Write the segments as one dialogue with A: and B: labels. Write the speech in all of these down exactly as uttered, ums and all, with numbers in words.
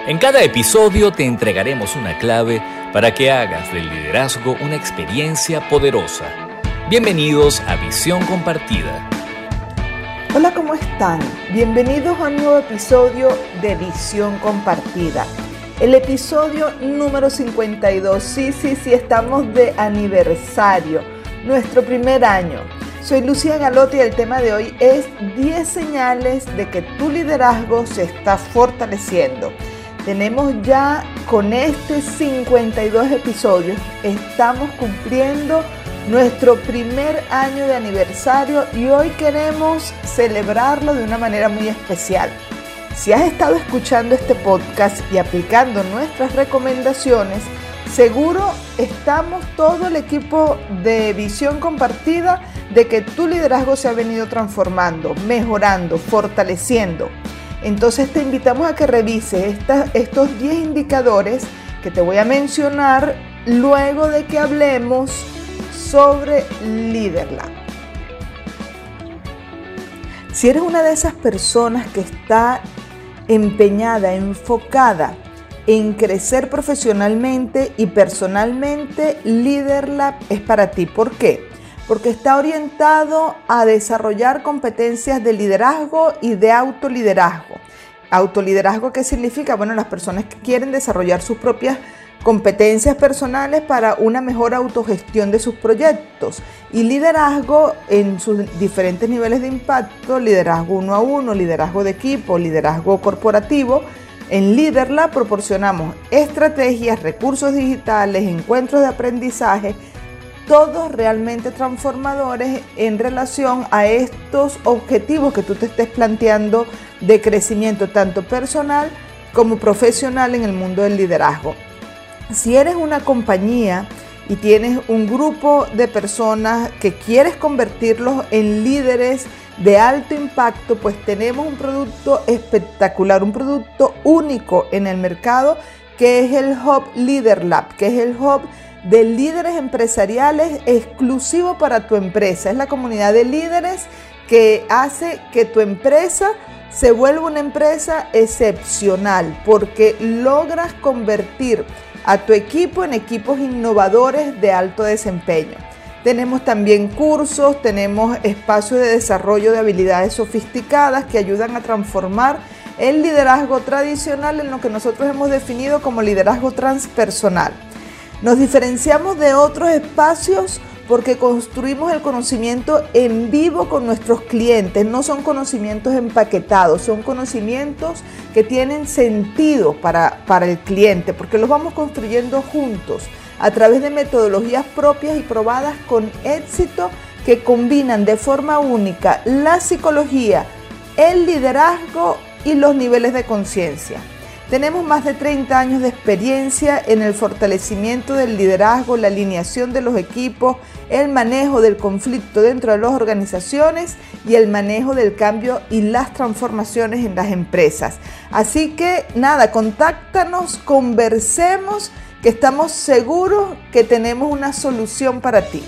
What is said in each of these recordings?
A: En cada episodio te entregaremos una clave para que hagas del liderazgo una experiencia poderosa. Bienvenidos a Visión Compartida.
B: Hola, ¿cómo están? Bienvenidos a un nuevo episodio de Visión Compartida. El episodio número cincuenta y dos. Sí, sí, sí, estamos de aniversario. Nuestro primer año. Soy Lucía Galotti y el tema de hoy es diez señales de que tu liderazgo se está fortaleciendo. Tenemos ya con este cincuenta y dos episodios, estamos cumpliendo nuestro primer año de aniversario y hoy queremos celebrarlo de una manera muy especial. Si has estado escuchando este podcast y aplicando nuestras recomendaciones, seguro estamos todo el equipo de Visión Compartida de que tu liderazgo se ha venido transformando, mejorando, fortaleciendo. Entonces te invitamos a que revises esta, estos diez indicadores que te voy a mencionar luego de que hablemos sobre LeaderLab. Si eres una de esas personas que está empeñada, enfocada en crecer profesionalmente y personalmente, LeaderLab es para ti. ¿Por qué? Porque está orientado a desarrollar competencias de liderazgo y de autoliderazgo. Autoliderazgo, ¿qué significa? Bueno, las personas que quieren desarrollar sus propias competencias personales para una mejor autogestión de sus proyectos. Y liderazgo en sus diferentes niveles de impacto, liderazgo uno a uno, liderazgo de equipo, liderazgo corporativo. En LeaderLab proporcionamos estrategias, recursos digitales, encuentros de aprendizaje, todos realmente transformadores en relación a estos objetivos que tú te estés planteando de crecimiento tanto personal como profesional en el mundo del liderazgo. Si eres una compañía y tienes un grupo de personas que quieres convertirlos en líderes de alto impacto, pues tenemos un producto espectacular, un producto único en el mercado que es el Hub LeaderLab, que es el Hub de líderes empresariales exclusivo para tu empresa. Es la comunidad de líderes que hace que tu empresa se vuelva una empresa excepcional porque logras convertir a tu equipo en equipos innovadores de alto desempeño. Tenemos también cursos, tenemos espacios de desarrollo de habilidades sofisticadas que ayudan a transformar el liderazgo tradicional en lo que nosotros hemos definido como liderazgo transpersonal. Nos diferenciamos de otros espacios porque construimos el conocimiento en vivo con nuestros clientes. No son conocimientos empaquetados, son conocimientos que tienen sentido para, para el cliente porque los vamos construyendo juntos a través de metodologías propias y probadas con éxito que combinan de forma única la psicología, el liderazgo y los niveles de conciencia. Tenemos más de treinta años de experiencia en el fortalecimiento del liderazgo, la alineación de los equipos, el manejo del conflicto dentro de las organizaciones y el manejo del cambio y las transformaciones en las empresas. Así que nada, contáctanos, conversemos, que estamos seguros que tenemos una solución para ti.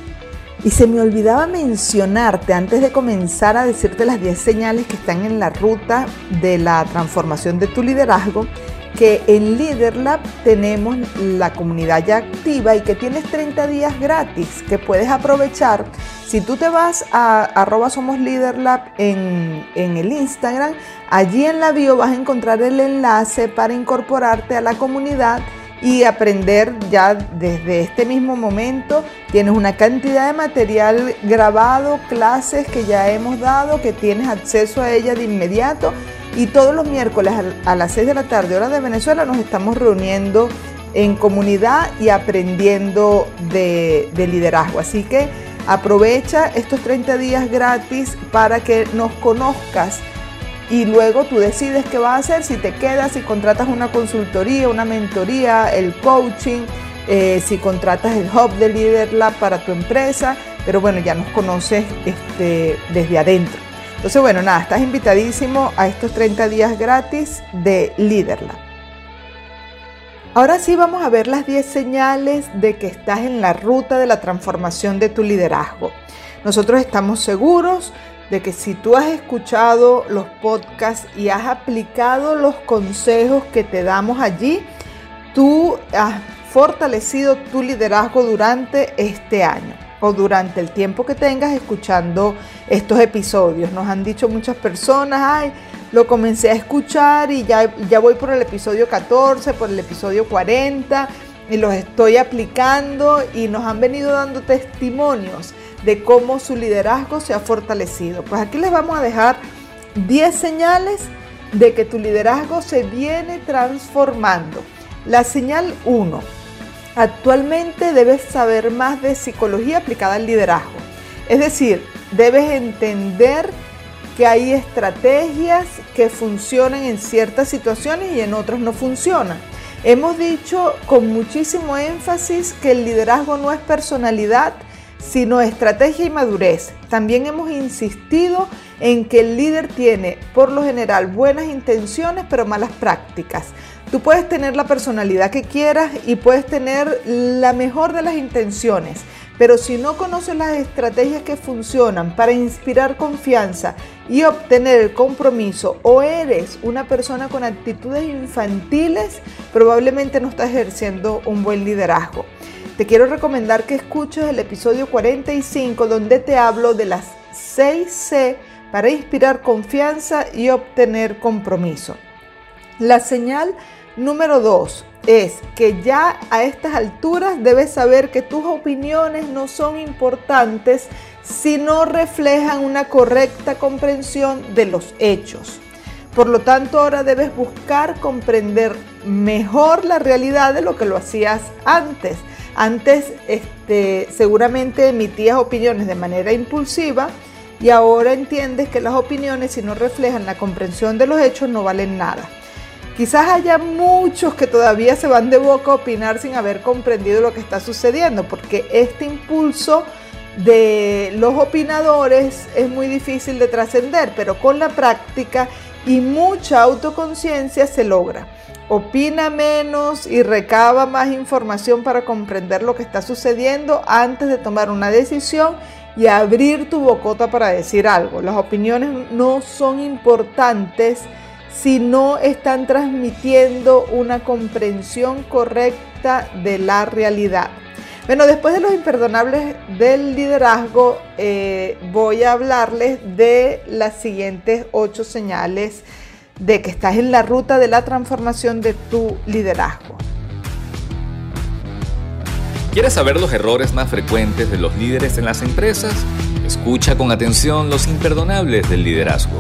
B: Y se me olvidaba mencionarte antes de comenzar a decirte las diez señales que están en la ruta de la transformación de tu liderazgo, que en LeaderLab tenemos la comunidad ya activa y que tienes treinta días gratis que puedes aprovechar. Si tú te vas a arroba somos LeaderLab en, en el Instagram, allí en la bio vas a encontrar el enlace para incorporarte a la comunidad y aprender ya desde este mismo momento. Tienes una cantidad de material grabado, clases que ya hemos dado, que tienes acceso a ella de inmediato, y todos los miércoles a las seis de la tarde, hora de Venezuela, nos estamos reuniendo en comunidad y aprendiendo de, de liderazgo. Así que aprovecha estos treinta días gratis para que nos conozcas y luego tú decides qué vas a hacer, si te quedas, si contratas una consultoría, una mentoría, el coaching, eh, si contratas el Hub de LeaderLab para tu empresa, pero bueno, ya nos conoces este, desde adentro. Entonces, bueno, nada, estás invitadísimo a estos treinta días gratis de LeaderLab. Ahora sí vamos a ver las diez señales de que estás en la ruta de la transformación de tu liderazgo. Nosotros estamos seguros de que si tú has escuchado los podcasts y has aplicado los consejos que te damos allí, tú has fortalecido tu liderazgo durante este año o durante el tiempo que tengas escuchando estos episodios. Nos han dicho muchas personas, ay, lo comencé a escuchar y ya, ya voy por el episodio catorce, por el episodio cuarenta y los estoy aplicando, y nos han venido dando testimonios de cómo su liderazgo se ha fortalecido. Pues aquí les vamos a dejar diez señales de que tu liderazgo se viene transformando. La señal uno. Actualmente debes saber más de psicología aplicada al liderazgo. Es decir, debes entender que hay estrategias que funcionan en ciertas situaciones y en otras no funcionan. Hemos dicho con muchísimo énfasis que el liderazgo no es personalidad, sino estrategia y madurez. También hemos insistido en que el líder tiene, por lo general, buenas intenciones, pero malas prácticas. Tú puedes tener la personalidad que quieras y puedes tener la mejor de las intenciones, pero si no conoces las estrategias que funcionan para inspirar confianza y obtener el compromiso, o eres una persona con actitudes infantiles, probablemente no estás ejerciendo un buen liderazgo. Te quiero recomendar que escuches el episodio cuarenta y cinco, donde te hablo de las seis C para inspirar confianza y obtener compromiso. La señal número dos es que ya a estas alturas debes saber que tus opiniones no son importantes si no reflejan una correcta comprensión de los hechos. Por lo tanto, ahora debes buscar comprender mejor la realidad de lo que lo hacías antes. Antes este, seguramente emitías opiniones de manera impulsiva y ahora entiendes que las opiniones, si no reflejan la comprensión de los hechos, no valen nada. Quizás haya muchos que todavía se van de boca a opinar sin haber comprendido lo que está sucediendo, porque este impulso de los opinadores es muy difícil de trascender, pero con la práctica y mucha autoconciencia se logra. Opina menos y recaba más información para comprender lo que está sucediendo antes de tomar una decisión y abrir tu bocota para decir algo. Las opiniones no son importantes si no están transmitiendo una comprensión correcta de la realidad. Bueno, después de los imperdonables del liderazgo, eh, voy a hablarles de las siguientes ocho señales de que estás en la ruta de la transformación de tu liderazgo.
A: ¿Quieres saber los errores más frecuentes de los líderes en las empresas? Escucha con atención los imperdonables del liderazgo.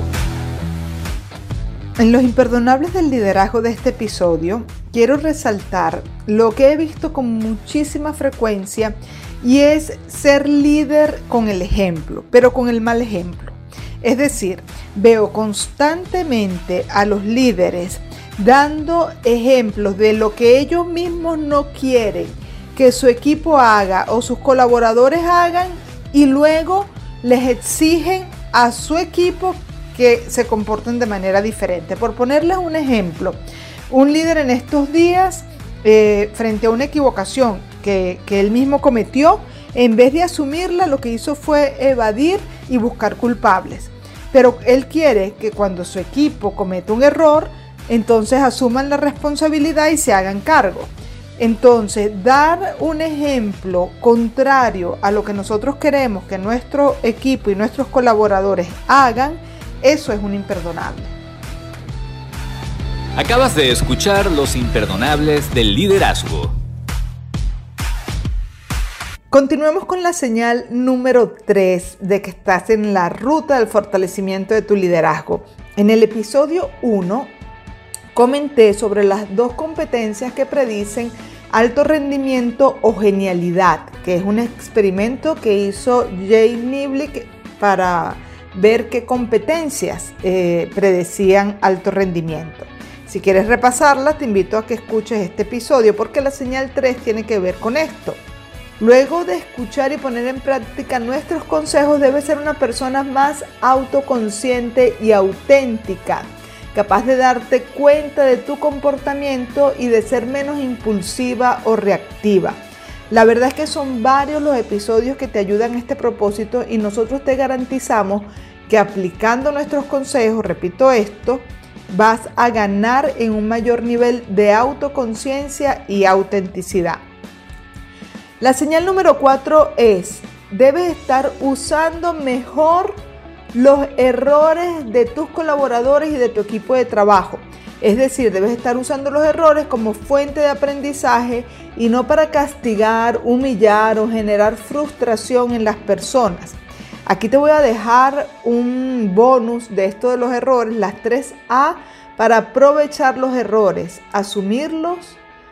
B: En los imperdonables del liderazgo de este episodio, quiero resaltar lo que he visto con muchísima frecuencia, y es ser líder con el ejemplo, pero con el mal ejemplo. Es decir, veo constantemente a los líderes dando ejemplos de lo que ellos mismos no quieren que su equipo haga o sus colaboradores hagan, y luego les exigen a su equipo que se comporten de manera diferente. Por ponerles un ejemplo, un líder en estos días, eh, frente a una equivocación que, que él mismo cometió, en vez de asumirla, lo que hizo fue evadir y buscar culpables. Pero él quiere que cuando su equipo cometa un error, entonces asuman la responsabilidad y se hagan cargo. Entonces, dar un ejemplo contrario a lo que nosotros queremos que nuestro equipo y nuestros colaboradores hagan, eso es un imperdonable.
A: Acabas de escuchar los imperdonables del liderazgo.
B: Continuemos con la señal número tres de que estás en la ruta del fortalecimiento de tu liderazgo. En el episodio uno comenté sobre las dos competencias que predicen alto rendimiento o genialidad, que es un experimento que hizo Jay Niblick para ver qué competencias eh, predecían alto rendimiento. Si quieres repasarla, te invito a que escuches este episodio, porque la señal tres tiene que ver con esto. Luego de escuchar y poner en práctica nuestros consejos, debes ser una persona más autoconsciente y auténtica, capaz de darte cuenta de tu comportamiento y de ser menos impulsiva o reactiva. La verdad es que son varios los episodios que te ayudan a este propósito, y nosotros te garantizamos que aplicando nuestros consejos, repito esto, vas a ganar en un mayor nivel de autoconciencia y autenticidad. La señal número cuatro es, debes estar usando mejor los errores de tus colaboradores y de tu equipo de trabajo. Es decir, debes estar usando los errores como fuente de aprendizaje y no para castigar, humillar o generar frustración en las personas. Aquí te voy a dejar un bonus de esto de los errores, las tres A, para aprovechar los errores, asumirlos,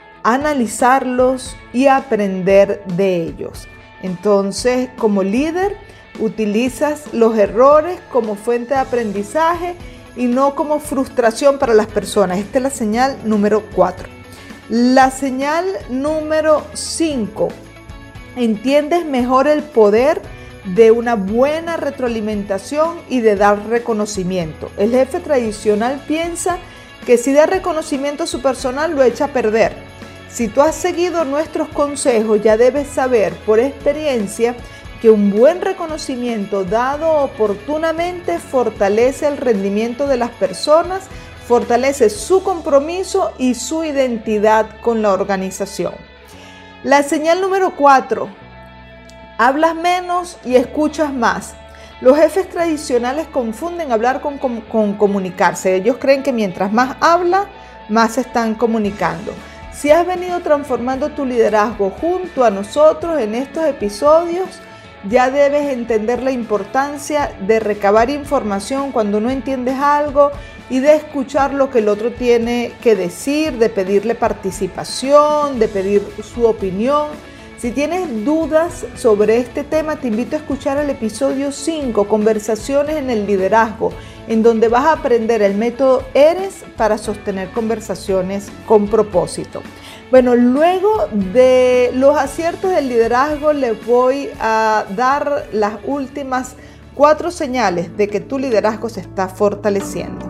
B: analizarlos y aprender de ellos. Entonces, como líder, utilizas los errores como fuente de aprendizaje y no como frustración para las personas. Esta es la señal número cuatro. La señal número cinco. Entiendes mejor el poder de una buena retroalimentación y de dar reconocimiento. El jefe tradicional piensa que si da reconocimiento a su personal lo echa a perder. Si tú has seguido nuestros consejos, ya debes saber por experiencia que un buen reconocimiento dado oportunamente fortalece el rendimiento de las personas, fortalece su compromiso y su identidad con la organización. La señal número cuatro. Hablas menos y escuchas más. Los jefes tradicionales confunden hablar con, con, con comunicarse. Ellos creen que mientras más habla, más se están comunicando. Si has venido transformando tu liderazgo junto a nosotros en estos episodios, ya debes entender la importancia de recabar información cuando no entiendes algo y de escuchar lo que el otro tiene que decir, de pedirle participación, de pedir su opinión. Si tienes dudas sobre este tema, te invito a escuchar el episodio cinco, Conversaciones en el Liderazgo, en donde vas a aprender el método ERES para sostener conversaciones con propósito. Bueno, luego de los aciertos del liderazgo, les voy a dar las últimas cuatro señales de que tu liderazgo se está fortaleciendo.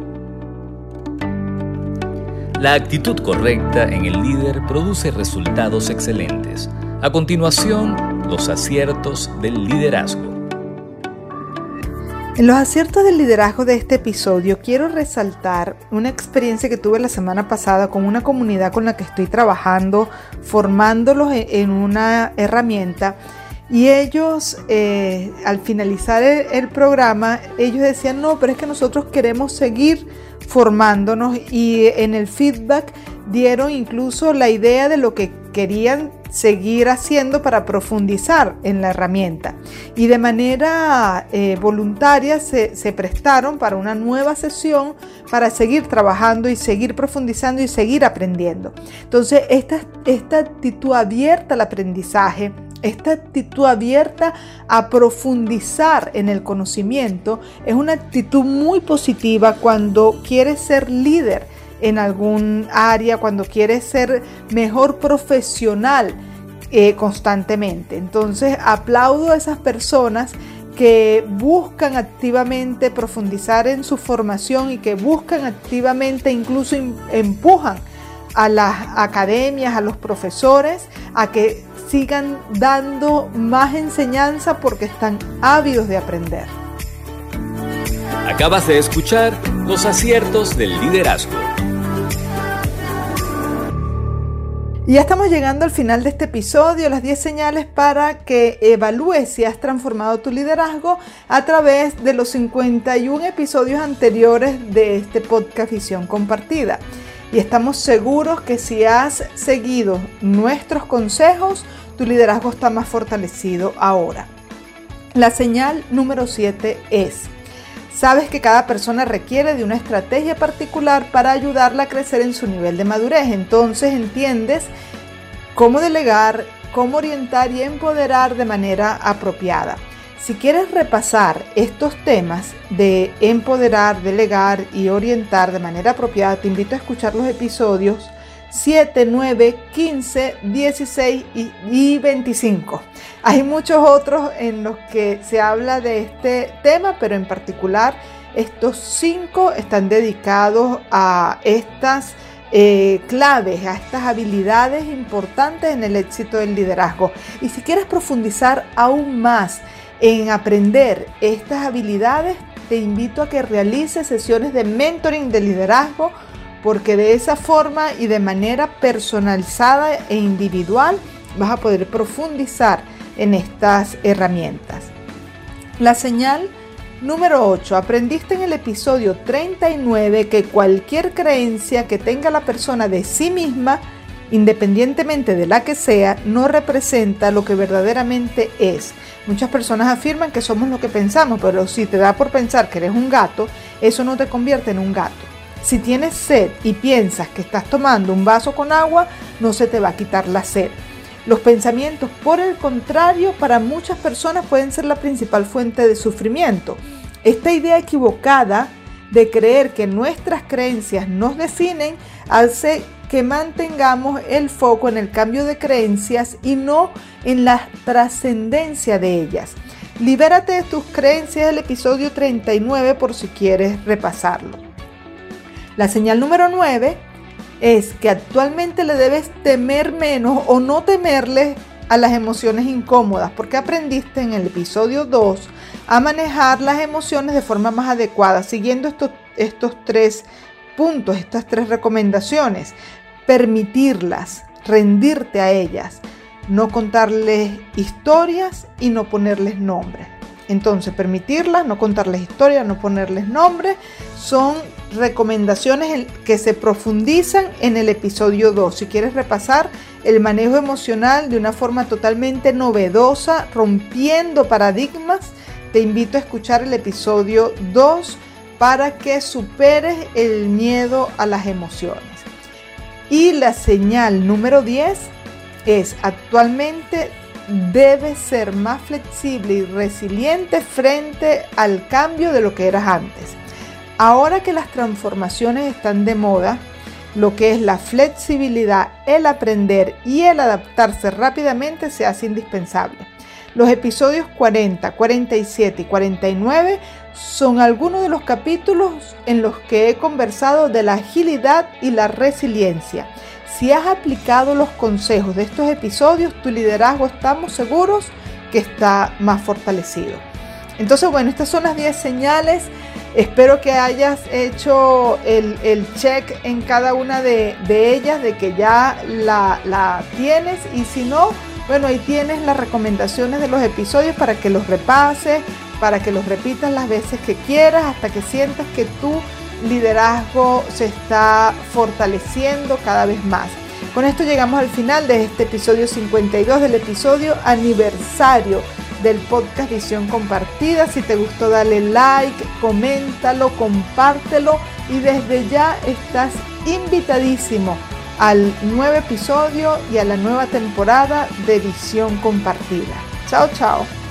A: La actitud correcta en el líder produce resultados excelentes. A continuación, los aciertos del liderazgo.
B: En los aciertos del liderazgo de este episodio quiero resaltar una experiencia que tuve la semana pasada con una comunidad con la que estoy trabajando, formándolos en una herramienta. Y ellos, eh, al finalizar el, el programa, ellos decían, no, pero es que nosotros queremos seguir formándonos, y en el feedback dieron incluso la idea de lo que querían seguir haciendo para profundizar en la herramienta, y de manera eh, voluntaria se, se prestaron para una nueva sesión para seguir trabajando y seguir profundizando y seguir aprendiendo. Entonces esta, esta actitud abierta al aprendizaje, esta actitud abierta a profundizar en el conocimiento es una actitud muy positiva cuando quieres ser líder en algún área, cuando quieres ser mejor profesional eh, constantemente. Entonces aplaudo a esas personas que buscan activamente profundizar en su formación y que buscan activamente, incluso empujan a las academias, a los profesores, a que sigan dando más enseñanza porque están ávidos de aprender.
A: Acabas de escuchar los aciertos del liderazgo.
B: Y ya estamos llegando al final de este episodio, las diez señales para que evalúes si has transformado tu liderazgo a través de los cincuenta y uno episodios anteriores de este podcast Visión Compartida. Y estamos seguros que si has seguido nuestros consejos, tu liderazgo está más fortalecido ahora. La señal número siete es: sabes que cada persona requiere de una estrategia particular para ayudarla a crecer en su nivel de madurez. Entonces entiendes cómo delegar, cómo orientar y empoderar de manera apropiada. Si quieres repasar estos temas de empoderar, delegar y orientar de manera apropiada, te invito a escuchar los episodios siete, nueve, quince, dieciséis y veinticinco. Hay muchos otros en los que se habla de este tema, pero en particular estos cinco están dedicados a estas eh, claves, a estas habilidades importantes en el éxito del liderazgo. Y si quieres profundizar aún más en aprender estas habilidades, te invito a que realices sesiones de mentoring de liderazgo, porque de esa forma y de manera personalizada e individual vas a poder profundizar en estas herramientas. La señal número ocho. Aprendiste en el episodio treinta y nueve que cualquier creencia que tenga la persona de sí misma, independientemente de la que sea, no representa lo que verdaderamente es. Muchas personas afirman que somos lo que pensamos, pero si te da por pensar que eres un gato, eso no te convierte en un gato. Si tienes sed y piensas que estás tomando un vaso con agua, no se te va a quitar la sed. Los pensamientos, por el contrario, para muchas personas pueden ser la principal fuente de sufrimiento. Esta idea equivocada de creer que nuestras creencias nos definen hace que mantengamos el foco en el cambio de creencias y no en la trascendencia de ellas. Libérate de tus creencias, el episodio treinta y nueve, por si quieres repasarlo. La señal número nueve es que actualmente le debes temer menos o no temerle a las emociones incómodas, porque aprendiste en el episodio dos a manejar las emociones de forma más adecuada, siguiendo estos, estos tres puntos, estas tres recomendaciones. Permitirlas, rendirte a ellas, no contarles historias y no ponerles nombres. Entonces, permitirlas, no contarles historias, no ponerles nombres, son recomendaciones que se profundizan en el episodio dos. Si quieres repasar el manejo emocional de una forma totalmente novedosa, rompiendo paradigmas, te invito a escuchar el episodio dos para que superes el miedo a las emociones. Y la señal número diez es: actualmente debes ser más flexible y resiliente frente al cambio de lo que eras antes. Ahora que las transformaciones están de moda, lo que es la flexibilidad, el aprender y el adaptarse rápidamente se hace indispensable. Los episodios cuarenta, cuarenta y siete y cuarenta y nueve son algunos de los capítulos en los que he conversado de la agilidad y la resiliencia. Si has aplicado los consejos de estos episodios, tu liderazgo, estamos seguros que está más fortalecido. Entonces, bueno, estas son las diez señales. Espero que hayas hecho el, el check en cada una de, de ellas, de que ya la, la tienes. Y si no, bueno, ahí tienes las recomendaciones de los episodios para que los repases, para que los repitas las veces que quieras, hasta que sientas que tu liderazgo se está fortaleciendo cada vez más. Con esto llegamos al final de este episodio cincuenta y dos, del episodio aniversario del podcast Visión Compartida. Si te gustó, dale like, coméntalo, compártelo, y desde ya estás invitadísimo al nuevo episodio y a la nueva temporada de Visión Compartida. Chao, chao.